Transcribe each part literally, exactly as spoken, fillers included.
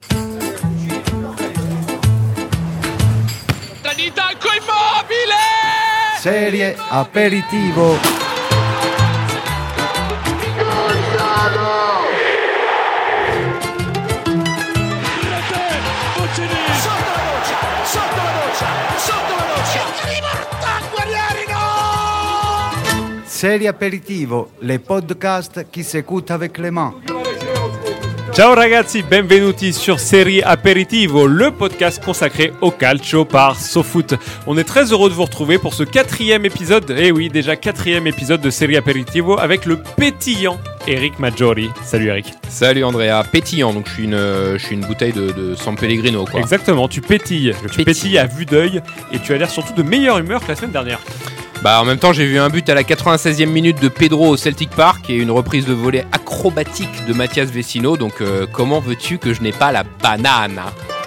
Tanco Immobile! Serie aperitivo. Serie aperitivo, le podcast qui s'écoutent avec les mains. Ciao ragazzi, benvenuti sur Serie Aperitivo, le podcast consacré au calcio par SoFoot. On est très heureux de vous retrouver pour ce quatrième épisode, et oui, déjà quatrième épisode de Serie Aperitivo avec le pétillant Eric Maggiori. Salut Eric. Salut Andrea, pétillant, donc je suis une, je suis une bouteille de, de San Pellegrino quoi. Exactement, tu pétilles, Je tu pétille. pétilles à vue d'œil et tu as l'air surtout de meilleure humeur que la semaine dernière. Bah en même temps j'ai vu un but à la quatre-vingt-seizième minute de Pedro au Celtic Park et une reprise de volée acrobatique de Mathias Vecino, donc euh, comment veux-tu que je n'ai pas la banane?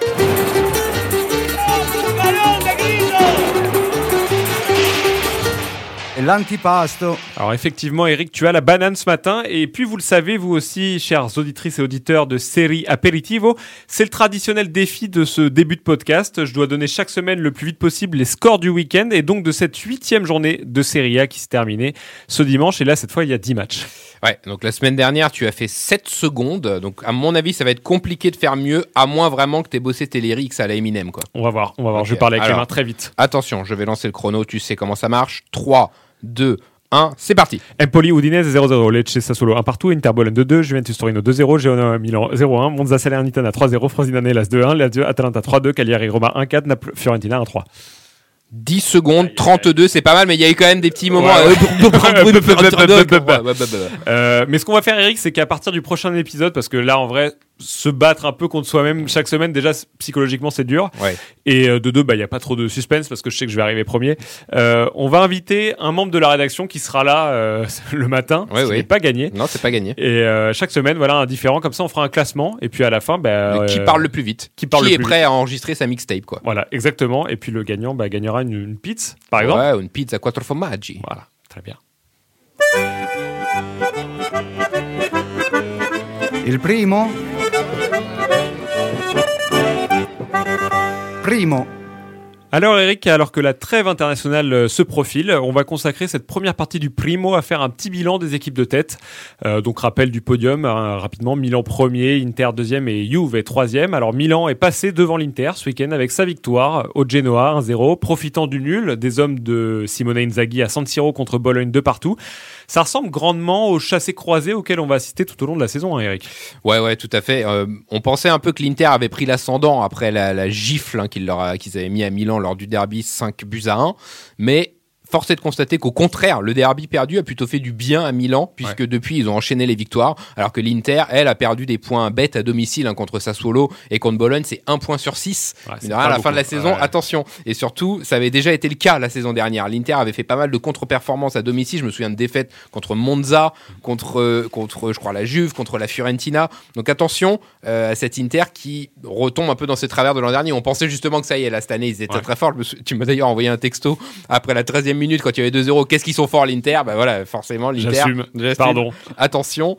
Et l'antipasto. Alors effectivement Eric, tu as la banane ce matin et puis vous le savez vous aussi chers auditrices et auditeurs de Serie Aperitivo, c'est le traditionnel défi de ce début de podcast. Je dois donner chaque semaine le plus vite possible les scores du week-end et donc de cette huitième journée de Serie A qui s'est terminée ce dimanche et là cette fois il y a dix matchs. Ouais, donc la semaine dernière tu as fait sept secondes, donc à mon avis ça va être compliqué de faire mieux à moins vraiment que t'aies bossé tes lyrics à la Eminem quoi. On va voir, on va voir, Ok, je vais parler avec alors. les mains très vite. Attention, je vais lancer le chrono, tu sais comment ça marche. trois, deux, un, c'est parti. Empoli Udinese zéro zéro, Lecce Sassuolo un partout, Inter Bologne deux deux, Juventus Torino deux zéro, Genoa Milan zéro un, Monza Salernitana trois zéro, Frosinone Las deux un, Lazio Atalanta trois deux, Cagliari Roma un quatre, Naples Fiorentina un trois. dix secondes, trente-deux, c'est pas mal, mais il y a eu quand même des petits moments. Euh, mais ce qu'on va faire Eric, c'est qu'à partir du prochain épisode, parce que là en vrai, se battre un peu contre soi-même chaque semaine, déjà psychologiquement c'est dur. Ouais. Et euh, de deux, bah il y a pas trop de suspense parce que je sais que je vais arriver premier. Euh, on va inviter un membre de la rédaction qui sera là euh, le matin, Ouais, ce qui ouais. n'est pas gagné. Non, c'est pas gagné. Et euh, chaque semaine, voilà un différent. Comme ça, on fera un classement. Et puis à la fin, bah, Le qui euh, parle le plus vite. qui parle le est plus prêt à enregistrer sa mixtape, quoi. Voilà, exactement. Et puis le gagnant, bah, gagnera une, une pizza, par exemple. Ouais, une pizza quattro formaggi. Voilà, très bien. Il primo. Primo. Alors Eric, alors que la trêve internationale euh, se profile, on va consacrer cette première partie du Primo à faire un petit bilan des équipes de tête. Euh, donc rappel du podium, hein, rapidement, Milan premier, Inter deuxième et Juve troisième. Alors Milan est passé devant l'Inter ce week-end avec sa victoire au Genoa un zéro, profitant du nul des hommes de Simone Inzaghi à San Siro contre Bologne de partout. Ça ressemble grandement au chassé-croisé auquel on va assister tout au long de la saison, hein, Eric. Ouais, ouais, tout à fait. Euh, on pensait un peu que l'Inter avait pris l'ascendant après la, la gifle hein, qu'ils, leur a, qu'ils avaient mis à Milan lors du derby cinq buts à un. Mais force est de constater qu'au contraire, le derby perdu a plutôt fait du bien à Milan, puisque ouais. depuis, ils ont enchaîné les victoires, alors que l'Inter, elle, a perdu des points bêtes à domicile hein, contre Sassuolo et contre Bologne, c'est un point sur six. Ouais, Mais à la beaucoup. fin de la saison, ouais. attention. Et surtout, ça avait déjà été le cas la saison dernière. L'Inter avait fait pas mal de contre-performances à domicile. Je me souviens de défaites contre Monza, contre, contre je crois, la Juve, contre la Fiorentina. Donc attention euh, à cet Inter qui retombe un peu dans ses travers de l'an dernier. On pensait justement que ça y est, là, cette année, ils étaient ouais. très forts. Je me sou... Tu m'as d'ailleurs envoyé un texto après la treizième minute quand il y avait deux zéro. Qu'est-ce qu'ils sont forts l'Inter? Bah voilà, forcément l'Inter. J'assume. J'assume. Pardon. Attention.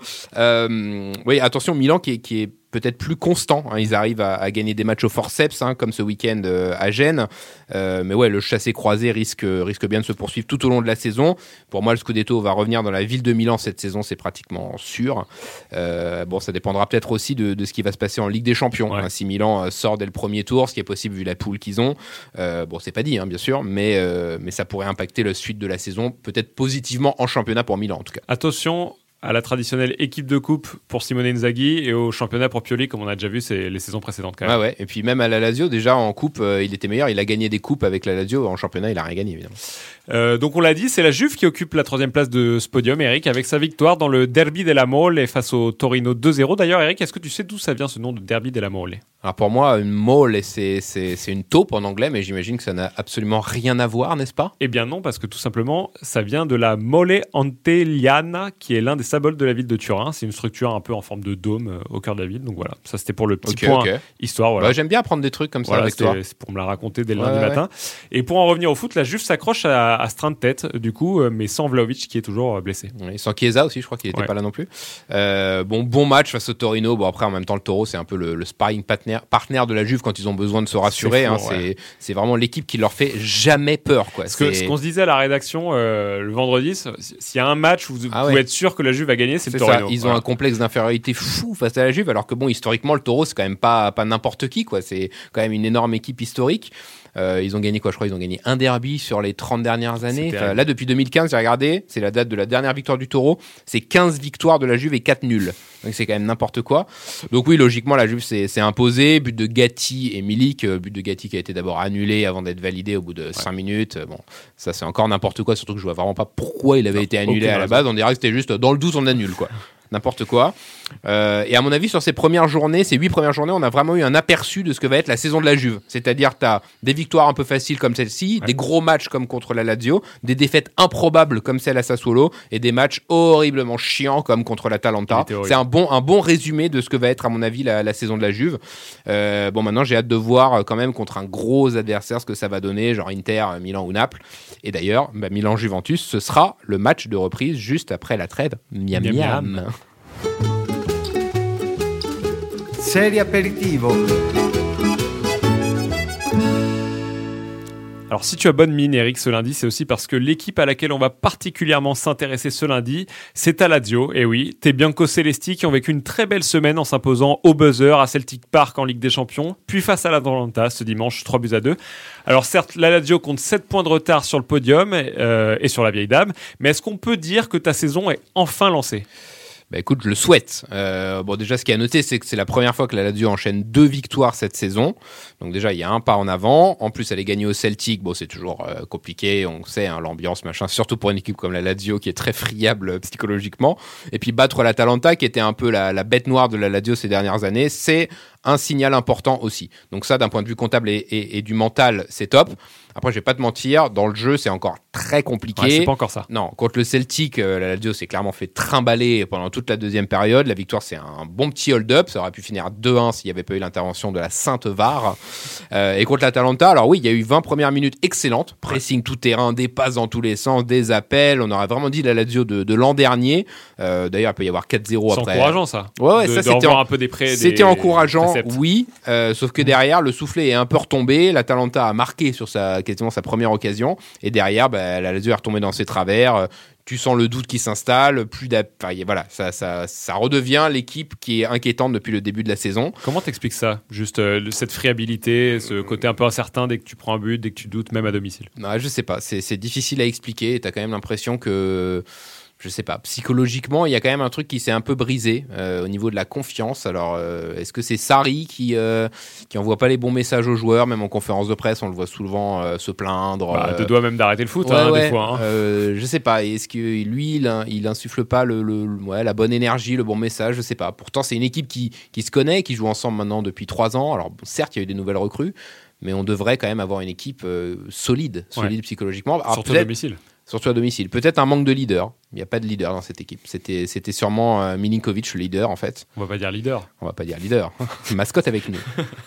Euh, oui, attention Milan qui est, qui est peut-être plus constant. Hein. Ils arrivent à, à gagner des matchs au forceps, hein, comme ce week-end euh, à Gênes. Euh, mais ouais, le chassé-croisé risque, risque bien de se poursuivre tout au long de la saison. Pour moi, le Scudetto va revenir dans la ville de Milan cette saison, c'est pratiquement sûr. Euh, bon, ça dépendra peut-être aussi de, de ce qui va se passer en Ligue des Champions. Ouais. Hein, si Milan euh, sort dès le premier tour, ce qui est possible vu la poule qu'ils ont. Euh, bon, c'est pas dit, hein, bien sûr, mais, euh, mais ça pourrait impacter la suite de la saison, peut-être positivement en championnat pour Milan en tout cas. Attention à la traditionnelle équipe de coupe pour Simone Inzaghi et au championnat pour Pioli, comme on a déjà vu c'est les saisons précédentes quand même. Ah ouais, et puis même à la Lazio, déjà en coupe, euh, il était meilleur, il a gagné des coupes avec la Lazio, en championnat il a rien gagné évidemment. Euh, donc on l'a dit, c'est la Juve qui occupe la troisième place de ce podium, Eric, avec sa victoire dans le Derby della Mole face au Torino deux zéro. D'ailleurs Eric, est-ce que tu sais d'où ça vient ce nom de Derby della Mole? Alors pour moi, une mole, c'est, c'est, c'est une taupe en anglais, mais j'imagine que ça n'a absolument rien à voir, n'est-ce pas? Eh bien non, parce que tout simplement, ça vient de la Mole Anteliana, qui est l'un des Sabol de la ville de Turin. C'est une structure un peu en forme de dôme euh, au cœur de la ville. Donc voilà, ça c'était pour le petit okay, point okay. histoire. Voilà. Bah, j'aime bien apprendre des trucs comme ça voilà, avec toi. C'est pour me la raconter dès le ouais, lundi ouais. matin. Et pour en revenir au foot, la Juve s'accroche à, à ce train de tête, du coup, euh, mais sans Vlahovic qui est toujours euh, blessé. Oui, sans Chiesa aussi, je crois qu'il n'était ouais. pas là non plus. Euh, bon, bon match face au Torino. Bon, après, en même temps, le Toro, c'est un peu le, le sparring partner, partner de la Juve quand ils ont besoin de se rassurer. C'est, fou, hein, ouais. c'est, c'est vraiment l'équipe qui leur fait jamais peur. Quoi. Parce que, ce qu'on se disait à la rédaction euh, le vendredi, s'il y a un match où vous ah pouvez ouais. être sûr que la Juve va gagner, c'est, c'est le Torino. Ça. Ils voilà. ont un complexe d'infériorité fou face à la Juve, alors que bon, historiquement, le Toro, c'est quand même pas, pas n'importe qui. Quoi. C'est quand même une énorme équipe historique. Euh, ils ont gagné quoi, je crois, ils ont gagné un derby sur les trente dernières années. Enfin, là, depuis deux mille quinze, j'ai regardé, c'est la date de la dernière victoire du Toro. C'est quinze victoires de la Juve et quatre nuls. Donc c'est quand même n'importe quoi. Donc oui, logiquement, la Juve s'est, s'est imposée. But de Gatti et Milik. Euh, but de Gatti qui a été d'abord annulé avant d'être validé au bout de ouais. cinq minutes. Bon, ça c'est encore n'importe quoi, surtout que je vois vraiment pas pourquoi il avait non, été annulé à la base. On dirait que c'était juste dans le doute, on annule quoi. N'importe quoi. Euh, et à mon avis, sur ces premières journées, ces huit premières journées, on a vraiment eu un aperçu de ce que va être la saison de la Juve. C'est-à-dire, tu as des victoires un peu faciles comme celle-ci, ouais. des gros matchs comme contre la Lazio, des défaites improbables comme celle à Sassuolo, et des matchs horriblement chiants comme contre l'Atalanta. C'est un bon, un bon résumé de ce que va être, à mon avis, la, la saison de la Juve. Euh, bon, maintenant, j'ai hâte de voir quand même contre un gros adversaire ce que ça va donner, genre Inter, Milan ou Naples. Et d'ailleurs, bah, Milan-Juventus, ce sera le match de reprise juste après la trêve. Miam miam. miam. Serie aperitivo. Alors si tu as bonne mine, Eric, ce lundi, c'est aussi parce que l'équipe à laquelle on va particulièrement s'intéresser ce lundi, c'est à Lazio. Et oui, tes Biancocelesti qui ont vécu une très belle semaine en s'imposant au buzzer à Celtic Park en Ligue des Champions, puis face à l'Atalanta ce dimanche, trois buts à deux. Alors certes, la Lazio compte sept points de retard sur le podium euh, et sur la vieille dame, mais est-ce qu'on peut dire que ta saison est enfin lancée ? Bah écoute, je le souhaite. Euh, bon, déjà, ce qu'il y a à noter, c'est que c'est la première fois que la Lazio enchaîne deux victoires cette saison. Donc déjà, il y a un pas en avant. En plus, elle est gagnée au Celtic. Bon, c'est toujours euh, compliqué. On sait, hein, l'ambiance, machin. Surtout pour une équipe comme la Lazio qui est très friable euh, psychologiquement. Et puis battre l'Atalanta, qui était un peu la, la bête noire de la Lazio ces dernières années, c'est un signal important aussi. Donc ça, d'un point de vue comptable et, et, et du mental, c'est top. Après, je vais pas te mentir, dans le jeu, c'est encore très compliqué. Ouais, c'est pas encore ça. Non, contre le Celtic, euh, la Lazio s'est clairement fait trimballer pendant toute la deuxième période. La victoire, c'est un bon petit hold-up. Ça aurait pu finir deux un s'il n'y avait pas eu l'intervention de la Sainte V A R. Euh, et contre l'Atalanta, alors oui, il y a eu vingt premières minutes excellentes. Pressing tout terrain, des passes dans tous les sens, des appels. On aurait vraiment dit la Lazio de, de l'an dernier. Euh, d'ailleurs, il peut y avoir quatre zéro après. C'est encourageant, ça. Ouais, ouais, de, ça, de c'était en... un peu des prêts. C'était des... encourageant, préceptes. oui. Euh, sauf que derrière, le soufflet est un peu retombé. L'Atalanta a marqué sur sa, quasiment sa première occasion. Et derrière, bah, la Lazio est retombée dans ses travers. Tu sens le doute qui s'installe. Plus d'a... enfin, voilà, ça, ça, ça redevient l'équipe qui est inquiétante depuis le début de la saison. Comment t'expliques ça ? Juste euh, cette friabilité, ce côté un peu incertain dès que tu prends un but, dès que tu doutes, même à domicile. Non, je sais pas. C'est, c'est difficile à expliquer. T'as quand même l'impression que... je sais pas, psychologiquement, il y a quand même un truc qui s'est un peu brisé euh, au niveau de la confiance. Alors, euh, est-ce que c'est Sarri qui euh, qui envoie pas les bons messages aux joueurs, même en conférence de presse, on le voit souvent euh, se plaindre. Bah, euh, de doigt même d'arrêter le foot, ouais, hein, ouais, des fois. Hein. Euh, je sais pas. Est-ce que lui, il, il insuffle pas le, le, ouais, la bonne énergie, le bon message, je sais pas. Pourtant, c'est une équipe qui qui se connaît, qui joue ensemble maintenant depuis trois ans. Alors, bon, certes, il y a eu des nouvelles recrues, mais on devrait quand même avoir une équipe euh, solide, solide ouais. psychologiquement. Alors, surtout à domicile. Surtout à domicile. Peut-être un manque de leader. Il n'y a pas de leader dans cette équipe. C'était, c'était sûrement euh, Milinkovic le leader, en fait. On va pas dire leader. On va pas dire leader. Mascotte avec nous.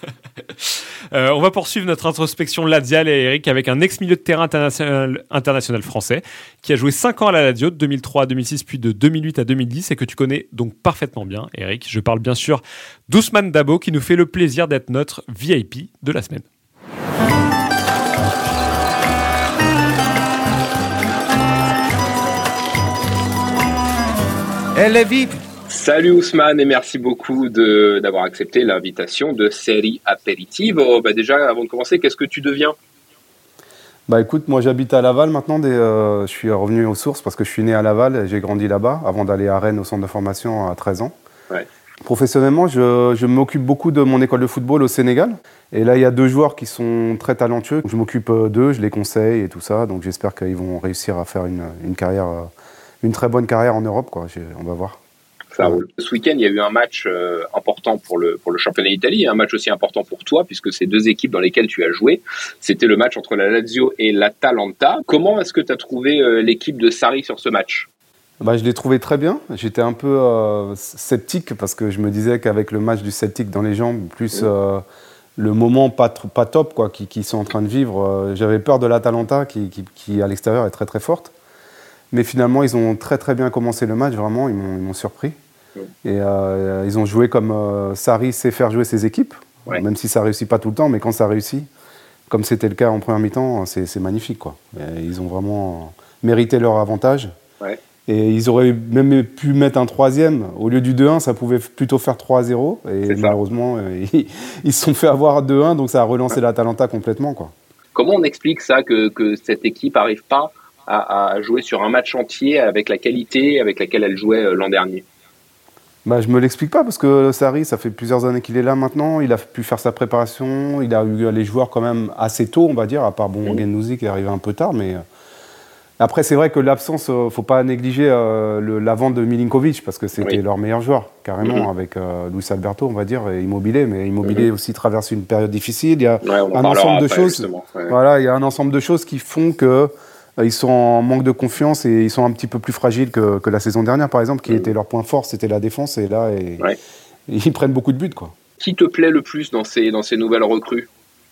euh, on va poursuivre notre introspection laziale, et Eric, avec un ex-milieu de terrain international, international français qui a joué cinq ans à la Lazio, de deux mille trois à deux mille six, puis de deux mille huit à deux mille dix, et que tu connais donc parfaitement bien, Eric. Je parle bien sûr d'Ousmane Dabo, qui nous fait le plaisir d'être notre V I P de la semaine. Elle est vive. Salut Ousmane et merci beaucoup de, d'avoir accepté l'invitation de Serie Aperitivo. Bah déjà, avant de commencer, qu'est-ce que tu deviens ? Bah écoute, moi j'habite à Laval maintenant. Des, euh, je suis revenu aux sources parce que je suis né à Laval et j'ai grandi là-bas avant d'aller à Rennes au centre de formation à treize ans. Ouais. Professionnellement, je, je m'occupe beaucoup de mon école de football au Sénégal. Et là, il y a deux joueurs qui sont très talentueux. Je m'occupe d'eux, je les conseille et tout ça. Donc j'espère qu'ils vont réussir à faire une, une carrière... Euh, une très bonne carrière en Europe, quoi. On va voir. Ça roule. Ce week-end, il y a eu un match euh, important pour le, pour le championnat d'Italie, et un match aussi important pour toi, puisque c'est deux équipes dans lesquelles tu as joué. C'était le match entre la Lazio et l'Atalanta. Comment est-ce que tu as trouvé euh, l'équipe de Sarri sur ce match ? Bah, je l'ai trouvé très bien. J'étais un peu euh, sceptique parce que je me disais qu'avec le match du Celtic dans les jambes, plus euh, le moment pas, t- pas top quoi, qu'ils qui sont en train de vivre, euh, j'avais peur de l'Atalanta qui, qui, qui, à l'extérieur, est très très forte. Mais finalement, ils ont très très bien commencé le match, vraiment, ils m'ont, ils m'ont surpris. Et euh, ils ont joué comme euh, Sarri sait faire jouer ses équipes, ouais. Même si ça ne réussit pas tout le temps, mais quand ça réussit, comme c'était le cas en première mi-temps, c'est, c'est magnifique, quoi. Et ils ont vraiment mérité leur avantage. Ouais. Et ils auraient même pu mettre un troisième. Au lieu du deux un, ça pouvait plutôt faire trois à zéro. Et c'est malheureusement, euh, ils, ils se sont fait avoir deux un, donc ça a relancé ouais. l'Atalanta complètement, quoi. Comment on explique ça, que, que cette équipe n'arrive pas à, à jouer sur un match entier avec la qualité avec laquelle elle jouait l'an dernier? Bah, je me l'explique pas parce que Sarri, ça fait plusieurs années qu'il est là maintenant. Il a pu faire sa préparation. Il a eu les joueurs quand même assez tôt, on va dire, à part bon, mmh. Guendouzi qui est arrivé un peu tard. Mais après, c'est vrai que l'absence, euh, faut pas négliger euh, le, la vente de Milinkovic parce que c'était oui. leur meilleur joueur, carrément, mmh. avec euh, Luis Alberto, on va dire, et Immobilier. Mais Immobilier mmh. aussi traverse une période difficile. Il y a ouais, un ensemble de après, choses. Ouais. Voilà, il y a un ensemble de choses qui font que ils sont en manque de confiance et ils sont un petit peu plus fragiles que, que la saison dernière, par exemple, qui mmh. était leur point fort, c'était la défense. Et là, et, ouais. ils prennent beaucoup de buts, quoi. Qui te plaît le plus dans ces, dans ces nouvelles recrues?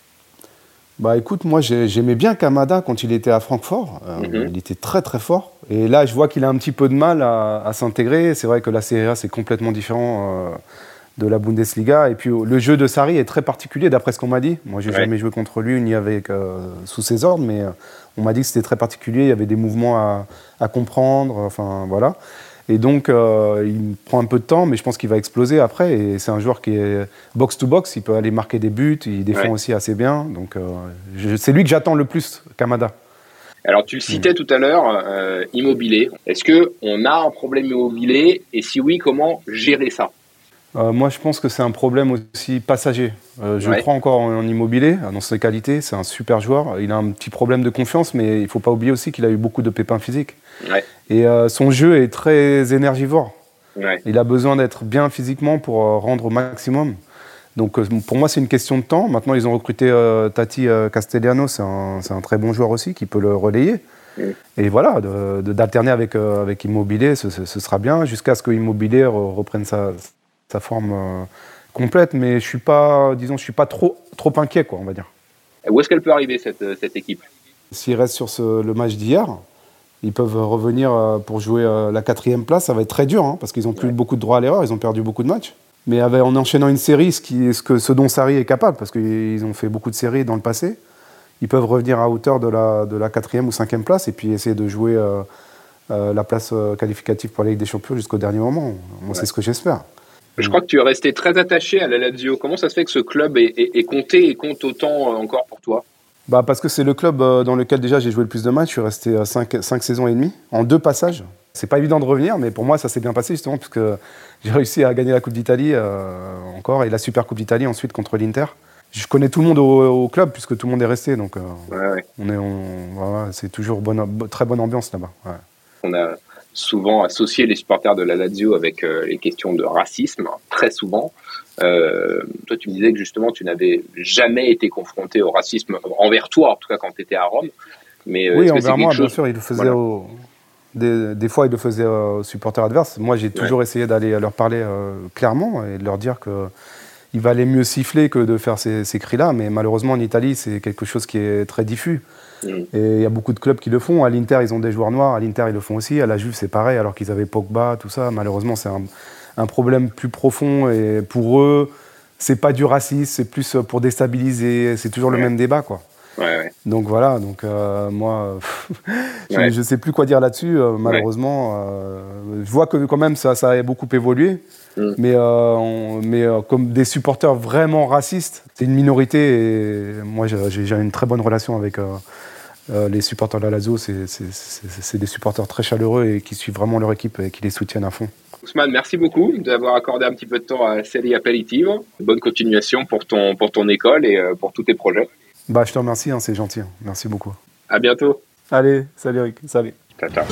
Bah écoute, moi j'ai, j'aimais bien Kamada quand il était à Francfort. Euh, mmh. Il était très très fort. Et là, je vois qu'il a un petit peu de mal à, à s'intégrer. C'est vrai que la Serie A, c'est complètement différent euh, de la Bundesliga. Et puis le jeu de Sarri est très particulier, d'après ce qu'on m'a dit. Moi, j'ai ouais. jamais joué contre lui ni avec euh, sous ses ordres, mais euh, on m'a dit que c'était très particulier. Il y avait des mouvements à, à comprendre. Enfin voilà. Et donc, euh, il prend un peu de temps, mais je pense qu'il va exploser après. Et c'est un joueur qui est box-to-box. Il peut aller marquer des buts. Il défend ouais. aussi assez bien. Donc, euh, je, c'est lui que j'attends le plus, Kamada. Alors, tu le citais mmh. tout à l'heure, euh, Immobilier. Est-ce qu'on a un problème Immobilier? Et si oui, comment gérer ça? euh, Moi, je pense que c'est un problème aussi passager. Euh, je ouais. crois encore en, en Immobilier, dans ses qualités. C'est un super joueur. Il a un petit problème de confiance, mais il ne faut pas oublier aussi qu'il a eu beaucoup de pépins physiques. Ouais. Et euh, son jeu est très énergivore. Ouais. Il a besoin d'être bien physiquement pour euh, rendre au maximum. Donc euh, pour moi, c'est une question de temps. Maintenant, ils ont recruté euh, Tati euh, Castellanos, c'est un, c'est un très bon joueur aussi qui peut le relayer. Mm. Et voilà, de, de, d'alterner avec, euh, avec Immobilier, ce, ce, ce sera bien, jusqu'à ce que Immobilier reprenne sa, sa forme euh, complète. Mais je suis pas, disons, je suis pas trop, trop inquiet, quoi, on va dire. Et où est-ce qu'elle peut arriver cette, cette équipe? S'il reste sur ce, le match d'hier, ils peuvent revenir pour jouer la quatrième place. Ça va être très dur, hein, parce qu'ils n'ont plus ouais. beaucoup de droit à l'erreur. Ils ont perdu beaucoup de matchs. Mais avec, en enchaînant une série, ce, qui, ce, que, ce dont Sarri est capable, parce qu'ils ont fait beaucoup de séries dans le passé, ils peuvent revenir à hauteur de la, de la quatrième ou cinquième place et puis essayer de jouer euh, euh, la place qualificative pour la Ligue des Champions jusqu'au dernier moment. Moi, ouais. c'est ce que j'espère. Je crois que tu es resté très attaché à la Lazio. Comment ça se fait que ce club est, est, est compté et compte autant encore pour toi? Bah parce que c'est le club dans lequel déjà j'ai joué le plus de matchs. Je suis resté cinq saisons et demie, en deux passages. C'est pas évident de revenir, mais pour moi ça s'est bien passé justement, parce que j'ai réussi à gagner la Coupe d'Italie euh, encore, et la Super Coupe d'Italie ensuite contre l'Inter. Je connais tout le monde au, au club, puisque tout le monde est resté, donc euh, ouais, ouais. On est, on, voilà, c'est toujours bonne, très bonne ambiance là-bas. Ouais. On a souvent associé les supporters de la Lazio avec euh, les questions de racisme, très souvent. Euh, toi, tu me disais que justement, tu n'avais jamais été confronté au racisme envers toi, en tout cas quand tu étais à Rome. Mais, euh, oui, est-ce que envers c'est moi, quelque chose... bien sûr, il le faisait voilà. au... des, des fois, il le faisait aux supporters adverses. Moi, j'ai toujours ouais. essayé d'aller leur parler euh, clairement et de leur dire qu'il valait mieux siffler que de faire ces, ces cris-là. Mais malheureusement, en Italie, c'est quelque chose qui est très diffus. Mmh. Et il y a beaucoup de clubs qui le font. À l'Inter, ils ont des joueurs noirs. À l'Inter, ils le font aussi. À la Juve, c'est pareil, alors qu'ils avaient Pogba, tout ça. Malheureusement, c'est un... un problème plus profond, et pour eux, c'est pas du racisme, c'est plus pour déstabiliser, c'est toujours ouais. le même débat, quoi. Ouais, ouais. Donc voilà, donc euh, moi, je, ouais. je sais plus quoi dire là-dessus, euh, malheureusement. Ouais. Euh, je vois que quand même ça, ça a beaucoup évolué, mm. mais, euh, on, mais euh, comme des supporters vraiment racistes, c'est une minorité, et moi j'ai, j'ai une très bonne relation avec euh, euh, les supporters de la Lazio. C'est, c'est, c'est, c'est des supporters très chaleureux et qui suivent vraiment leur équipe et qui les soutiennent à fond. Ousmane, merci beaucoup d'avoir accordé un petit peu de temps à Serie Aperitivo. Bonne continuation pour ton, pour ton école et pour tous tes projets. Bah, je te remercie, hein, c'est gentil. Merci beaucoup. À bientôt. Allez, salut Eric. Salut. Ciao, ciao.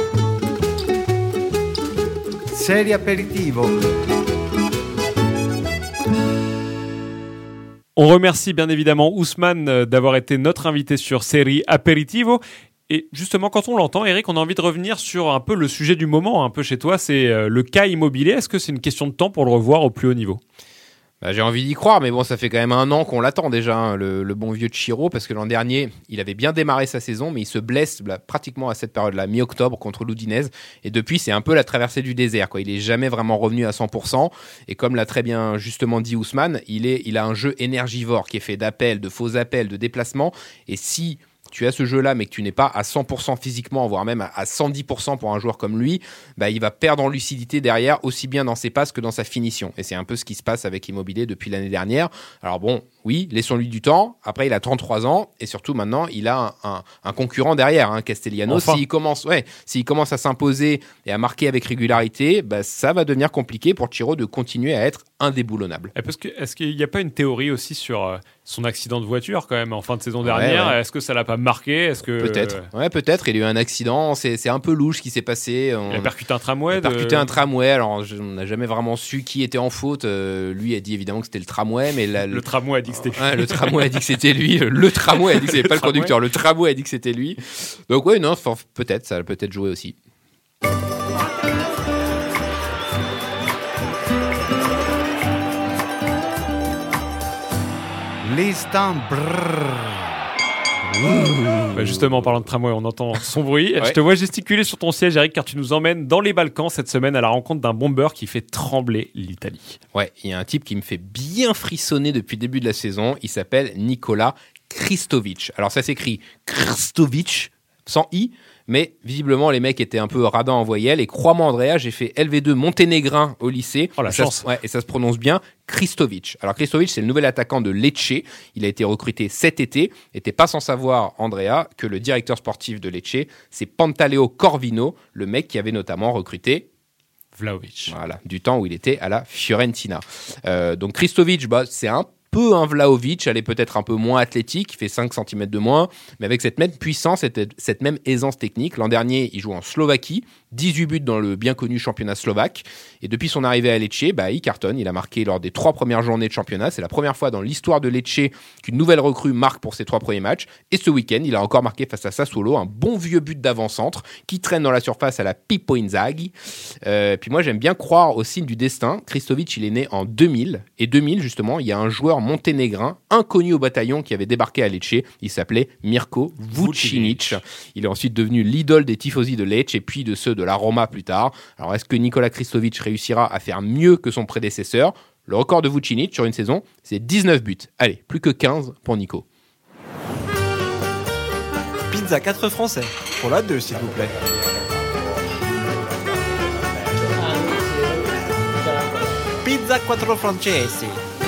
Serie Aperitivo. On remercie bien évidemment Ousmane d'avoir été notre invité sur Serie Aperitivo. Et justement, quand on l'entend, Eric, on a envie de revenir sur un peu le sujet du moment, un peu chez toi, c'est euh, le cas Immobilier. Est-ce que c'est une question de temps pour le revoir au plus haut niveau ? Bah, j'ai envie d'y croire, mais bon, ça fait quand même un an qu'on l'attend déjà, hein, le, le bon vieux Chiro, parce que l'an dernier, il avait bien démarré sa saison, mais il se blesse là, pratiquement à cette période-là, mi-octobre, contre l'Udinese, et depuis, c'est un peu la traversée du désert, quoi. Il est jamais vraiment revenu à cent pour cent, et comme l'a très bien justement dit Ousmane, il, est, il a un jeu énergivore qui est fait d'appels, de faux appels, de déplacements, et si tu as ce jeu-là, mais que tu n'es pas à cent pour cent physiquement, voire même à cent dix pour cent pour un joueur comme lui, bah, il va perdre en lucidité derrière, aussi bien dans ses passes que dans sa finition. Et c'est un peu ce qui se passe avec Immobilier depuis l'année dernière. Alors bon, oui, laissons-lui du temps. Après, il a trente-trois ans et surtout maintenant, il a un, un, un concurrent derrière, hein, Castellanos. Enfin. S'il commence, ouais, s'il commence à s'imposer et à marquer avec régularité, bah, ça va devenir compliqué pour Chiro de continuer à être indéboulonnable. Et parce que, est-ce qu'il n'y a pas une théorie aussi sur euh, son accident de voiture quand même en fin de saison dernière ? Ouais, ouais. Est-ce que ça l'a pas marqué ? Est-ce que Peut-être, ouais, peut-être. Il a eu un accident. C'est, c'est un peu louche ce qui s'est passé. On... Il a percuté un tramway. Il a de... percuté un tramway. Alors, je, on n'a jamais vraiment su qui était en faute. Euh, lui a dit évidemment que c'était le tramway, mais la, Le le... tramway a dit que c'était lui. Ouais, le tramway a dit que c'était lui. Le tramway a dit que c'était pas le tramway. conducteur. Le tramway a dit que c'était lui. Donc ouais, non, peut-être, ça a peut-être joué aussi. L'instant brrr. Bah justement, en parlant de tramway, on entend son bruit. Ouais. Je te vois gesticuler sur ton siège, Eric, car tu nous emmènes dans les Balkans cette semaine à la rencontre d'un bomber qui fait trembler l'Italie. Ouais, il y a un type qui me fait bien frissonner depuis le début de la saison. Il s'appelle Nikola Kristovic. Alors ça s'écrit Kristovic sans i, mais visiblement les mecs étaient un peu radins en voyelles. Et crois-moi, Andrea, j'ai fait L V deux monténégrin au lycée. Oh la et ça, chance. ouais, et ça se prononce bien Kristovic. Alors Kristovic, c'est le nouvel attaquant de Lecce. Il a été recruté cet été. Et t'es pas sans savoir, Andrea, que le directeur sportif de Lecce, c'est Pantaleo Corvino, le mec qui avait notamment recruté Vlahovic. Voilà, du temps où il était à la Fiorentina. Euh, donc Kristovic, bah, c'est un peu un Vlahovic, elle est peut-être un peu moins athlétique, il fait cinq centimètres de moins, mais avec cette même puissance, cette, cette même aisance technique. L'an dernier, il joue en Slovaquie, dix-huit buts dans le bien connu championnat slovaque, et depuis son arrivée à Lecce, bah, il cartonne, il a marqué lors des trois premières journées de championnat. C'est la première fois dans l'histoire de Lecce qu'une nouvelle recrue marque pour ses trois premiers matchs, et ce week-end, il a encore marqué face à Sassuolo un bon vieux but d'avant-centre qui traîne dans la surface à la Pippo Inzaghi. Euh, puis moi, j'aime bien croire au signe du destin. Kristovic, il est né en deux mille, et deux mille, justement, il y a un joueur monténégrin inconnu au bataillon qui avait débarqué à Lecce. Il s'appelait Mirko Vucinic. Il est ensuite devenu l'idole des tifosi de Lecce et puis de ceux de la Roma plus tard. Alors, est-ce que Nikola Kristovic réussira à faire mieux que son prédécesseur ? Le record de Vucinic sur une saison, c'est dix-neuf buts. Allez, plus que quinze pour Nico. Pizza quatre français. Pour la deux, s'il vous plaît. Pizza quattro francesi.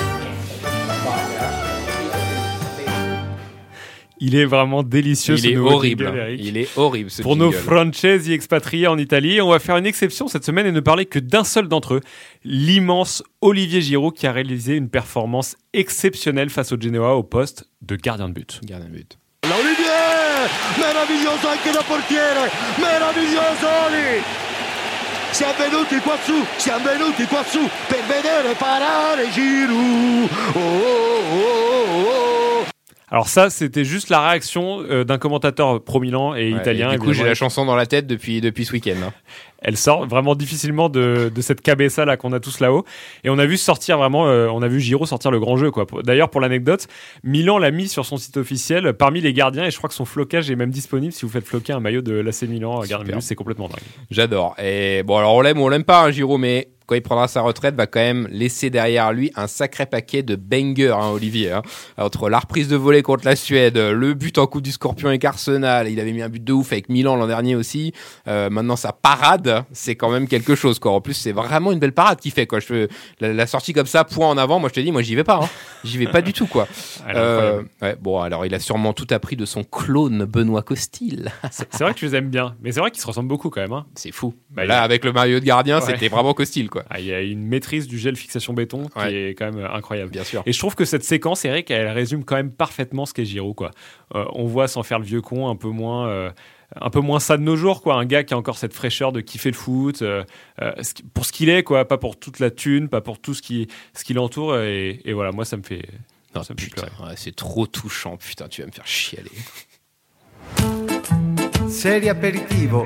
Il est vraiment délicieux. Il ce est nouveau horrible. jingle, Eric. Il est horrible ce Pour jingle. nos francesi expatriés en Italie, on va faire une exception cette semaine et ne parler que d'un seul d'entre eux, l'immense Olivier Giroud qui a réalisé une performance exceptionnelle face au Genoa au poste de gardien de but. Gardien de but. Olivier! Meraviglioso anche da portiere! Meraviglioso Oli! Siamo venuti qua su, siamo venuti qua su per vedere parare Giroud! Oh, oh, oh, oh. Alors ça, c'était juste la réaction euh, d'un commentateur prominent et Ouais, italien. et du coup, j'ai évidemment. la chanson dans la tête depuis, depuis ce week-end. Hein. Elle sort vraiment difficilement de, de cette cabessa là qu'on a tous là-haut. Et on a vu sortir vraiment, euh, on a vu Giroud sortir le grand jeu, quoi. D'ailleurs, pour l'anecdote, Milan l'a mis sur son site officiel parmi les gardiens et je crois que son flocage est même disponible si vous faites floquer un maillot de l'A C Milan, gardien de Super. but, c'est complètement dingue. J'adore. Et bon, alors on l'aime ou on l'aime pas, hein, Giroud, mais quand il prendra sa retraite, va quand même laisser derrière lui un sacré paquet de bangers, hein, Olivier. Hein. Entre la reprise de volée contre la Suède, le but en Coupe du Scorpion avec Arsenal, il avait mis un but de ouf avec Milan l'an dernier aussi. Euh, maintenant, sa parade, c'est quand même quelque chose, quoi. En plus, c'est vraiment une belle parade qu'il fait, quoi. Je, la, la sortie comme ça, point en avant, moi je te dis, moi j'y vais pas. Hein. J'y vais pas du tout, quoi. Elle est Euh, incroyable. ouais, bon, alors il a sûrement tout appris de son clone Benoît Costil. C'est c'est vrai que tu les aimes bien, mais c'est vrai qu'ils se ressemblent beaucoup quand même. Hein. C'est fou. Bah, Là, il- avec le maillot de gardien, Ouais. c'était vraiment Costil, quoi. Ah, il y a une maîtrise du gel fixation béton qui Ouais. est quand même incroyable. Bien sûr. Et je trouve que cette séquence, Eric, elle résume quand même parfaitement ce qu'est Giroud, quoi. Euh, on voit sans faire le vieux con un peu moins, euh, un peu moins ça de nos jours, quoi. Un gars qui a encore cette fraîcheur de kiffer le foot, euh, euh, ce qui- pour ce qu'il est, quoi. Pas pour toute la thune, pas pour tout ce qui, ce qui l'entoure. Et, et voilà, moi, ça me fait, Non, ça me fait putain, pleurer. ouais, c'est trop touchant. Putain, tu vas me faire chialer. Serie aperitivo.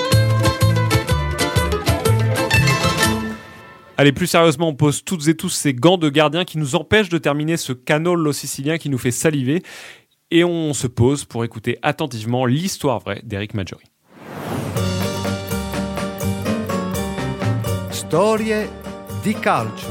Allez, plus sérieusement, on pose toutes et tous ces gants de gardien qui nous empêchent de terminer ce canolo sicilien qui nous fait saliver. Et on se pose pour écouter attentivement l'histoire vraie d'Eric Maggiori. Storie di calcio.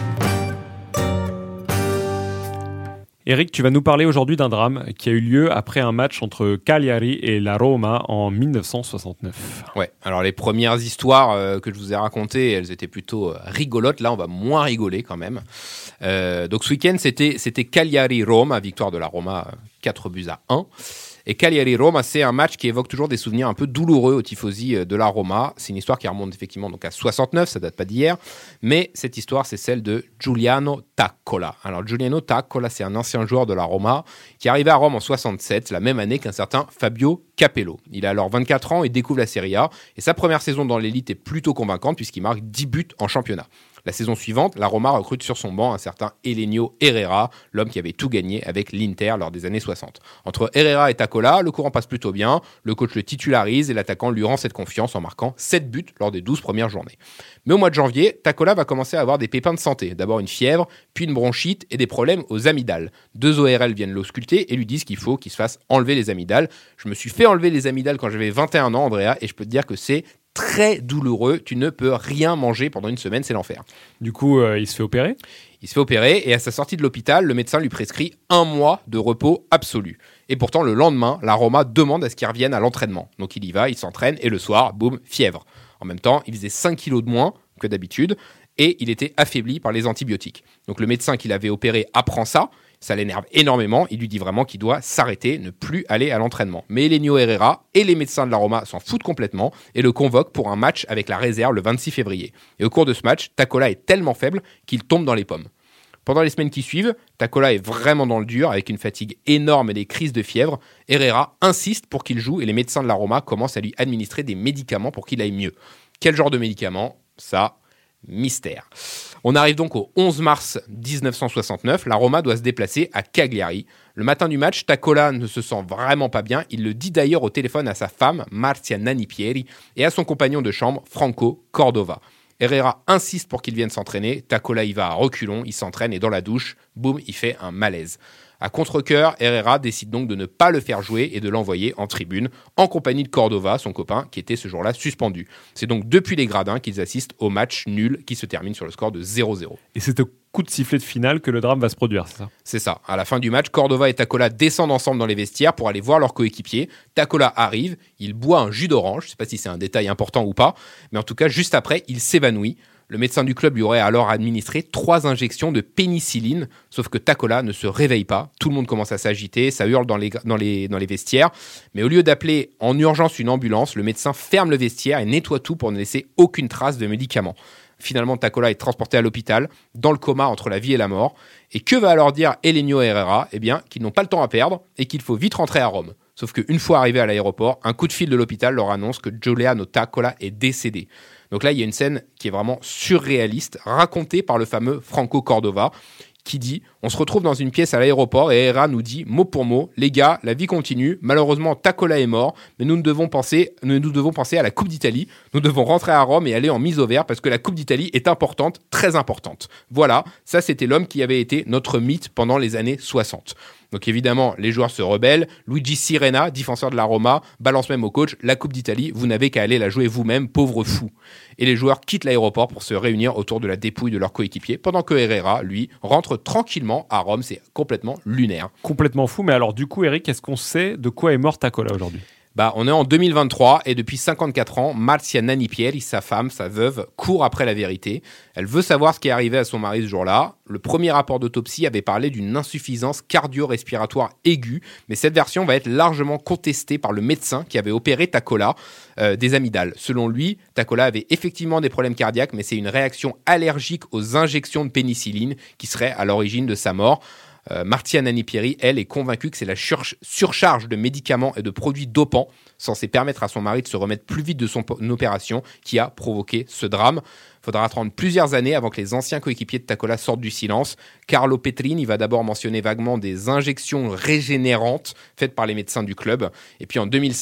Eric, tu vas nous parler aujourd'hui d'un drame qui a eu lieu après un match entre Cagliari et la Roma en dix-neuf cent soixante-neuf. Ouais, alors les premières histoires euh, que je vous ai racontées, elles étaient plutôt euh, rigolotes. Là, on va moins rigoler quand même. Euh, donc ce week-end, c'était, c'était Cagliari-Roma, victoire de la Roma, euh, quatre buts à un. Et Cagliari-Roma, c'est un match qui évoque toujours des souvenirs un peu douloureux aux tifosi de la Roma. C'est une histoire qui remonte effectivement donc à soixante-neuf, ça date pas d'hier. Mais cette histoire, c'est celle de Giuliano Taccola. Alors Giuliano Taccola, c'est un ancien joueur de la Roma qui est arrivé à Rome en soixante-sept, la même année qu'un certain Fabio Capello. Il a alors vingt-quatre ans et découvre la Serie A. Et sa première saison dans l'élite est plutôt convaincante puisqu'il marque dix buts en championnat. La saison suivante, la Roma recrute sur son banc un certain Elenio Herrera, l'homme qui avait tout gagné avec l'Inter lors des années soixante. Entre Herrera et Taccola, le courant passe plutôt bien, le coach le titularise et l'attaquant lui rend cette confiance en marquant sept buts lors des douze premières journées. Mais au mois de janvier, Taccola va commencer à avoir des pépins de santé. D'abord une fièvre, puis une bronchite et des problèmes aux amygdales. Deux O R L viennent l'ausculter et lui disent qu'il faut qu'il se fasse enlever les amygdales. Je me suis fait enlever les amygdales quand j'avais vingt et un ans, Andrea, et je peux te dire que c'est très douloureux, tu ne peux rien manger pendant une semaine, c'est l'enfer. Du coup, euh, il se fait opérer Il se fait opérer et à sa sortie de l'hôpital, le médecin lui prescrit un mois de repos absolu. Et pourtant, le lendemain, la Roma demande à ce qu'il revienne à l'entraînement. Donc il y va, il s'entraîne et le soir, boum, fièvre. En même temps, il faisait cinq kilos de moins que d'habitude et il était affaibli par les antibiotiques. Donc le médecin qui l'avait opéré apprend ça. Ça l'énerve énormément, il lui dit vraiment qu'il doit s'arrêter, ne plus aller à l'entraînement. Mais Elenio Herrera et les médecins de la Roma s'en foutent complètement et le convoquent pour un match avec la réserve le vingt-six février. Et au cours de ce match, Taccola est tellement faible qu'il tombe dans les pommes. Pendant les semaines qui suivent, Taccola est vraiment dans le dur avec une fatigue énorme et des crises de fièvre. Herrera insiste pour qu'il joue et les médecins de la Roma commencent à lui administrer des médicaments pour qu'il aille mieux. Quel genre de médicaments ? Ça, mystère. On arrive donc au onze mars dix-neuf cent soixante-neuf, la Roma doit se déplacer à Cagliari. Le matin du match, Taccola ne se sent vraiment pas bien, il le dit d'ailleurs au téléphone à sa femme, Marzia Nanipieri, et à son compagnon de chambre, Franco Cordova. Herrera insiste pour qu'il vienne s'entraîner, Taccola y va à reculons, il s'entraîne et dans la douche, boum, il fait un malaise. À contre-cœur, Herrera décide donc de ne pas le faire jouer et de l'envoyer en tribune, en compagnie de Cordova, son copain, qui était ce jour-là suspendu. C'est donc depuis les gradins qu'ils assistent au match nul qui se termine sur le score de zéro zéro. Et c'est au coup de sifflet de finale que le drame va se produire, c'est ça ? C'est ça. À la fin du match, Cordova et Taccola descendent ensemble dans les vestiaires pour aller voir leurs coéquipiers. Taccola arrive, il boit un jus d'orange, je ne sais pas si c'est un détail important ou pas, mais en tout cas, juste après, il s'évanouit. Le médecin du club lui aurait alors administré trois injections de pénicilline, sauf que Taccola ne se réveille pas. Tout le monde commence à s'agiter, ça hurle dans les, dans les, dans les vestiaires. Mais au lieu d'appeler en urgence une ambulance, le médecin ferme le vestiaire et nettoie tout pour ne laisser aucune trace de médicaments. Finalement, Taccola est transporté à l'hôpital, dans le coma entre la vie et la mort. Et que va alors dire Elenio Herrera ? Eh bien, qu'ils n'ont pas le temps à perdre et qu'il faut vite rentrer à Rome. Sauf qu'une fois arrivé à l'aéroport, un coup de fil de l'hôpital leur annonce que Giuliano Taccola est décédé. Donc là, il y a une scène qui est vraiment surréaliste, racontée par le fameux Franco Cordova, qui dit « On se retrouve dans une pièce à l'aéroport et Herrera nous dit, mot pour mot, les gars, la vie continue, malheureusement Taccola est mort, mais nous, devons penser, nous, nous devons penser à la Coupe d'Italie, nous devons rentrer à Rome et aller en mise au vert parce que la Coupe d'Italie est importante, très importante. » Voilà, ça c'était l'homme qui avait été notre mythe pendant les années soixante. Donc évidemment, les joueurs se rebellent. Luigi Sirena, défenseur de la Roma, balance même au coach « La Coupe d'Italie, vous n'avez qu'à aller la jouer vous-même, pauvre fou ». Et les joueurs quittent l'aéroport pour se réunir autour de la dépouille de leur coéquipier, pendant que Herrera, lui, rentre tranquillement à Rome. C'est complètement lunaire. Complètement fou, mais alors du coup, Eric, est-ce qu'on sait de quoi est mort Taccola aujourd'hui ? Bah, on est en deux mille vingt-trois et depuis cinquante-quatre ans, Marzia Nanipieri, sa femme, sa veuve, court après la vérité. Elle veut savoir ce qui est arrivé à son mari ce jour-là. Le premier rapport d'autopsie avait parlé d'une insuffisance cardio-respiratoire aiguë, mais cette version va être largement contestée par le médecin qui avait opéré Taccola euh, des amygdales. Selon lui, Taccola avait effectivement des problèmes cardiaques, mais c'est une réaction allergique aux injections de pénicilline qui serait à l'origine de sa mort. Euh, Marzia Nanipieri, elle, est convaincue que c'est la sur- surcharge de médicaments et de produits dopants censés permettre à son mari de se remettre plus vite de son po- opération qui a provoqué ce drame. Il faudra attendre plusieurs années avant que les anciens coéquipiers de Taccola sortent du silence. Carlo Petrini va d'abord mentionner vaguement des injections régénérantes faites par les médecins du club. Et puis en deux mille cinq,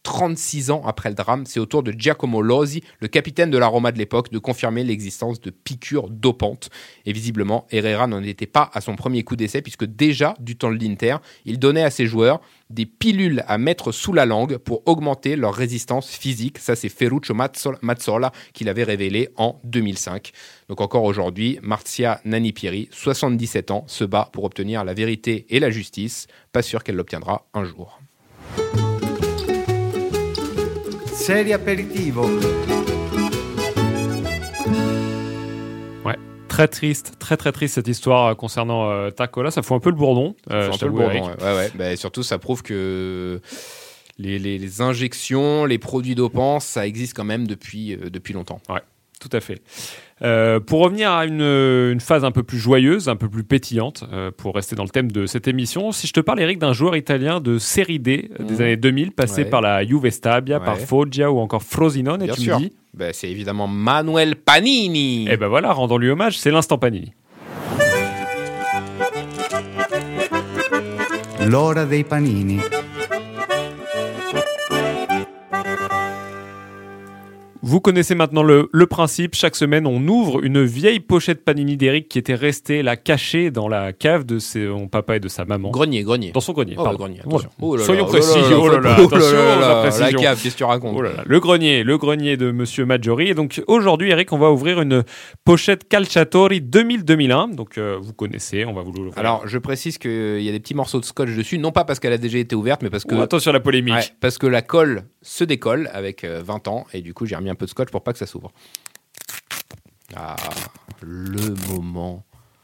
trente-six ans après le drame, c'est au tour de Giacomo Lozzi, le capitaine de la Roma de l'époque, de confirmer l'existence de piqûres dopantes. Et visiblement, Herrera n'en était pas à son premier coup d'essai, puisque déjà, du temps de l'Inter, il donnait à ses joueurs des pilules à mettre sous la langue pour augmenter leur résistance physique. Ça, c'est Ferruccio Mazzola qui l'avait révélé en deux mille cinq. Donc encore aujourd'hui, Marzia Nani-Pieri, soixante-dix-sept ans, se bat pour obtenir la vérité et la justice. Pas sûr qu'elle l'obtiendra un jour. Serie aperitivo. Ouais, très triste, très très triste cette histoire concernant euh, Tacola. Ça fout un peu le bourdon. Euh, un peu le bourdon, ouais. ouais, ouais. Bah, surtout, ça prouve que les, les, les injections, les produits dopants, ça existe quand même depuis, euh, depuis longtemps. Ouais. Tout à fait. Euh, pour revenir à une, une phase un peu plus joyeuse, un peu plus pétillante, euh, pour rester dans le thème de cette émission, si je te parle, Eric, d'un joueur italien de série D mmh. des années deux mille, passé ouais. par la Juve Stabia, ouais. par Foggia ou encore Frosinone, et Bien tu sûr. me dis bah, c'est évidemment Manuel Panini. Et ben voilà, rendons-lui hommage, c'est l'instant Panini. L'ora dei panini. Vous connaissez maintenant le, le principe. Chaque semaine, on ouvre une vieille pochette Panini d'Eric qui était restée là cachée dans la cave de son papa et de sa maman. Grenier, grenier. Dans son grenier, oh, pardon. grenier, attention. Voilà. Oh là Soyons là, précis. Oh là là, oh là là, attention, oh là là, la précision. La cave, qu'est-ce que tu racontes oh là là. Le grenier, le grenier de Monsieur Maggiori. Et donc aujourd'hui, Eric, on va ouvrir une pochette Calciatori deux mille deux mille un. Donc euh, vous connaissez, on va vous l'ouvrir. Alors je précise qu'il y a des petits morceaux de scotch dessus, non pas parce qu'elle a déjà été ouverte, mais parce que... Oh, attention à la polémique. Ouais, parce que la colle se décolle avec euh, vingt ans, et du coup j'ai remis un peu de scotch pour pas que ça s'ouvre. Ah, le moment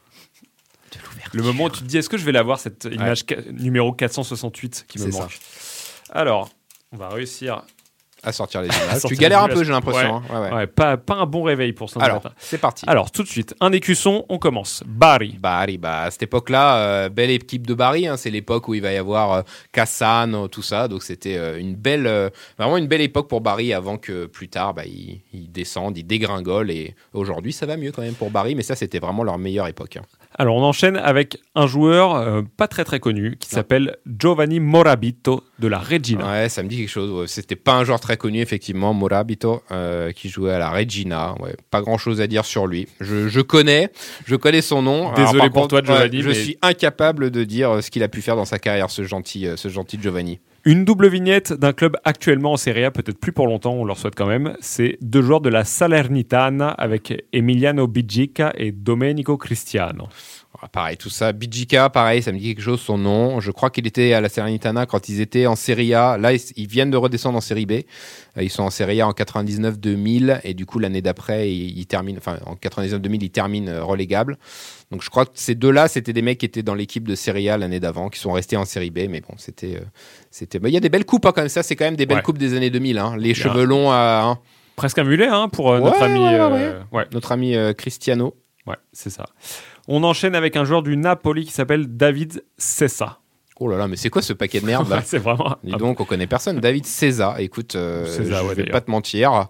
de l'ouverture. Le moment où tu te dis, est-ce que je vais l'avoir, cette image ouais. ca- numéro quatre cent soixante-huit qui me C'est manque. Ça. Alors, on va réussir à sortir les images. Tu galères un peu, j'ai l'impression. Ouais. Hein. Ouais, ouais. Ouais, pas, pas un bon réveil pour ce Alors, matin. c'est parti. Alors, tout de suite, un écusson, on commence. Bari. Bari, bah, à cette époque-là, euh, belle équipe de Bari. Hein, c'est l'époque où il va y avoir euh, Cassano, tout ça. Donc, c'était euh, une belle, euh, vraiment une belle époque pour Bari avant que plus tard, bah, ils, ils descendent, ils dégringolent. Et aujourd'hui, ça va mieux quand même pour Bari. Mais ça, c'était vraiment leur meilleure époque. Hein. Alors, on enchaîne avec un joueur euh, pas très très connu qui non. s'appelle Giovanni Morabito de la Regina. Ouais, ça me dit quelque chose. C'était pas un joueur très connu, effectivement, Morabito, euh, qui jouait à la Regina. Ouais, pas grand chose à dire sur lui. Je, je connais, je connais son nom. Désolé Alors, pour contre, toi, Giovanni. Ouais, je mais... suis incapable de dire ce qu'il a pu faire dans sa carrière, ce gentil, ce gentil Giovanni. Une double vignette d'un club actuellement en Serie A, peut-être plus pour longtemps, on leur souhaite quand même. C'est deux joueurs de la Salernitana avec Emiliano Bigica et Domenico Cristiano. Ah, pareil, tout ça. Bigica, pareil, ça me dit quelque chose, son nom. Je crois qu'il était à la Salernitana quand ils étaient en Serie A. Là, ils viennent de redescendre en Serie B. Ils sont en Serie A en quatre-vingt-dix-neuf deux mille et du coup, l'année d'après, ils, ils terminent, enfin, en quatre-vingt-dix-neuf deux mille, ils terminent relégables. Donc, je crois que ces deux-là, c'était des mecs qui étaient dans l'équipe de Serie A l'année d'avant, qui sont restés en Série B. Mais bon, c'était, euh, c'était, bah, il y a des belles coupes, hein, quand même. Ça, c'est quand même des belles ouais. coupes des années deux mille, hein. Les cheveux yeah. longs à, hein. Presque un mulet, hein, pour euh, ouais, notre ami, ouais, euh, ouais. Ouais. notre ami euh, Cristiano. Ouais, c'est ça. On enchaîne avec un joueur du Napoli qui s'appelle David Sessa. Oh là là, mais c'est quoi ce paquet de merde là? C'est vraiment. Dis donc, on connaît personne. David Sessa, écoute, euh, César, je ouais, vais d'ailleurs. pas te mentir.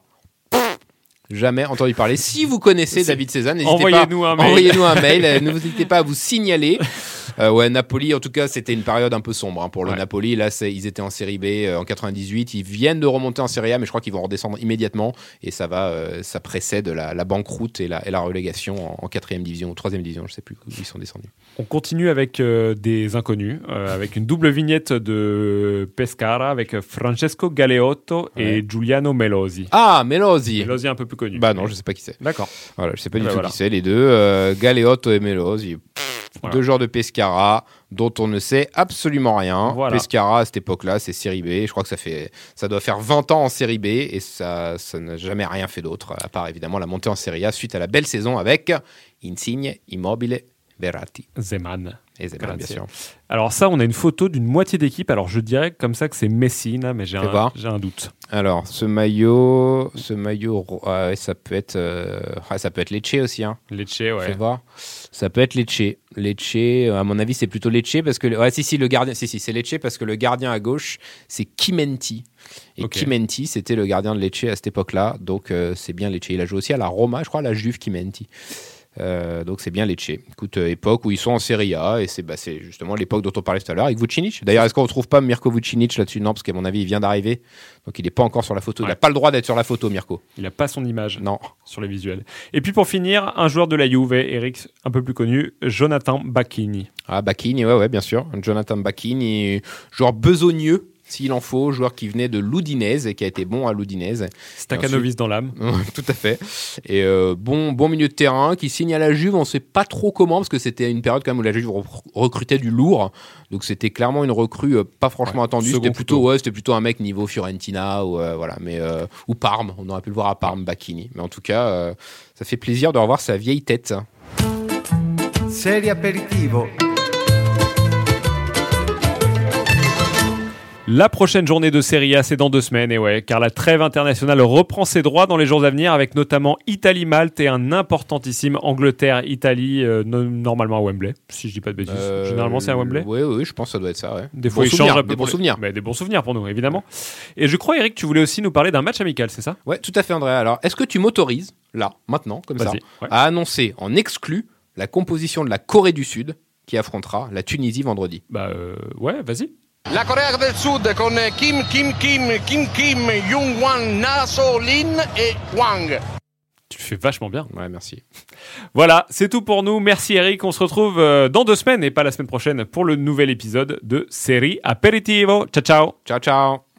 Jamais entendu parler. Si vous connaissez si. David Sessa, n'hésitez envoyez-nous pas. Un mail. Envoyez-nous un mail. N'hésitez pas à vous signaler. Euh, ouais, Napoli, en tout cas, c'était une période un peu sombre hein, pour le ouais. Napoli. Là, c'est, ils étaient en Série B euh, en quatre-vingt-dix-huit. Ils viennent de remonter en Série A, mais je crois qu'ils vont redescendre immédiatement. Et ça va, euh, ça précède la, la banqueroute et la, et la relégation en, en quatrième division ou troisième division. Je sais plus où ils sont descendus. On continue avec euh, des inconnus, euh, avec une double vignette de Pescara avec Francesco Galeotto ouais. et Giuliano Melosi. Ah, Melosi. Melosi un peu plus connu. Bah non, je sais pas qui c'est. D'accord. Voilà, je sais pas du bah tout voilà. qui c'est les deux. Euh, Galeotto et Melosi. Voilà. Deux joueurs de Pescara dont on ne sait absolument rien. Voilà. Pescara à cette époque-là, c'est Série B. Je crois que ça fait, ça doit faire vingt ans en Série B et ça, ça n'a jamais rien fait d'autre, à part évidemment la montée en Série A suite à la belle saison avec Insigne, Immobile, Verratti. Zeman. Et Zeman, bien sûr. Alors ça, on a une photo d'une moitié d'équipe. Alors je dirais comme ça que c'est Messina, mais j'ai, un, j'ai un doute. Alors ce maillot, ce maillot, ah ouais, ça peut être, euh, ah, ça peut être Lecce aussi. Hein. Lecce, ouais. Fais voir. Ça peut être Lecce. Lecce, à mon avis, c'est plutôt Lecce parce que, ouais, si si le gardien, si si, c'est Lecce parce que le gardien à gauche, c'est Chimenti. Et okay. Chimenti, c'était le gardien de Lecce à cette époque-là, donc euh, c'est bien Lecce. Il a joué aussi à la Roma, je crois, à la Juve Chimenti. Euh, donc c'est bien Lecce. Écoute, euh, époque où ils sont en Serie A et c'est, bah, c'est justement l'époque dont on parlait tout à l'heure avec Vucinic. D'ailleurs, est-ce qu'on ne retrouve pas Mirko Vucinic là-dessus? Non, parce qu'à mon avis, il vient d'arriver. Donc il n'est pas encore sur la photo. Ouais. Il n'a pas le droit d'être sur la photo, Mirko. Il n'a pas son image non. sur les visuels. Et puis pour finir, un joueur de la Juve, Eric, un peu plus connu, Jonathan Bacchini. Ah, Bacchini, ouais, ouais, bien sûr. Jonathan Bacchini, joueur besogneux. S'il en faut, joueur qui venait de l'Udinese et qui a été bon à l'Udinese. Stakhanovic dans l'âme. Tout à fait. Et euh, bon, bon milieu de terrain qui signe à la Juve. On ne sait pas trop comment parce que c'était une période quand même où la Juve recrutait du lourd. Donc c'était clairement une recrue euh, pas franchement ouais, attendue. C'était plutôt, ouais, c'était plutôt un mec niveau Fiorentina ou euh, voilà, mais euh, ou Parme. On aurait pu le voir à Parme, Bacchini. Mais en tout cas, euh, ça fait plaisir de revoir sa vieille tête. Serie aperitivo. La prochaine journée de Serie A, c'est dans deux semaines, et ouais, car la trêve internationale reprend ses droits dans les jours à venir avec notamment Italie-Malte et un importantissime Angleterre-Italie, euh, no- normalement à Wembley, si je dis pas de bêtises. Euh, Généralement, c'est à Wembley. Oui, oui, je pense que ça doit être ça. Ouais. Des fois, bon ils changent un peu des bons souvenirs. Mais des bons souvenirs pour nous, évidemment. Et je crois, Eric, tu voulais aussi nous parler d'un match amical, c'est ça? Ouais, tout à fait, André. Alors, est-ce que tu m'autorises, là, maintenant, comme Vas-y, ça, ouais. à annoncer en exclu la composition de la Corée du Sud qui affrontera la Tunisie vendredi? Bah, euh, ouais, vas-y. La Corea del Sud con Kim, Kim, Kim, Kim, Kim, Jung-Hwan, Na, So, Lin et Wang. Tu le fais vachement bien. Ouais, merci. Voilà, c'est tout pour nous. Merci Eric. On se retrouve euh, dans deux semaines et pas la semaine prochaine pour le nouvel épisode de Serie Aperitivo. Ciao, ciao. Ciao, ciao.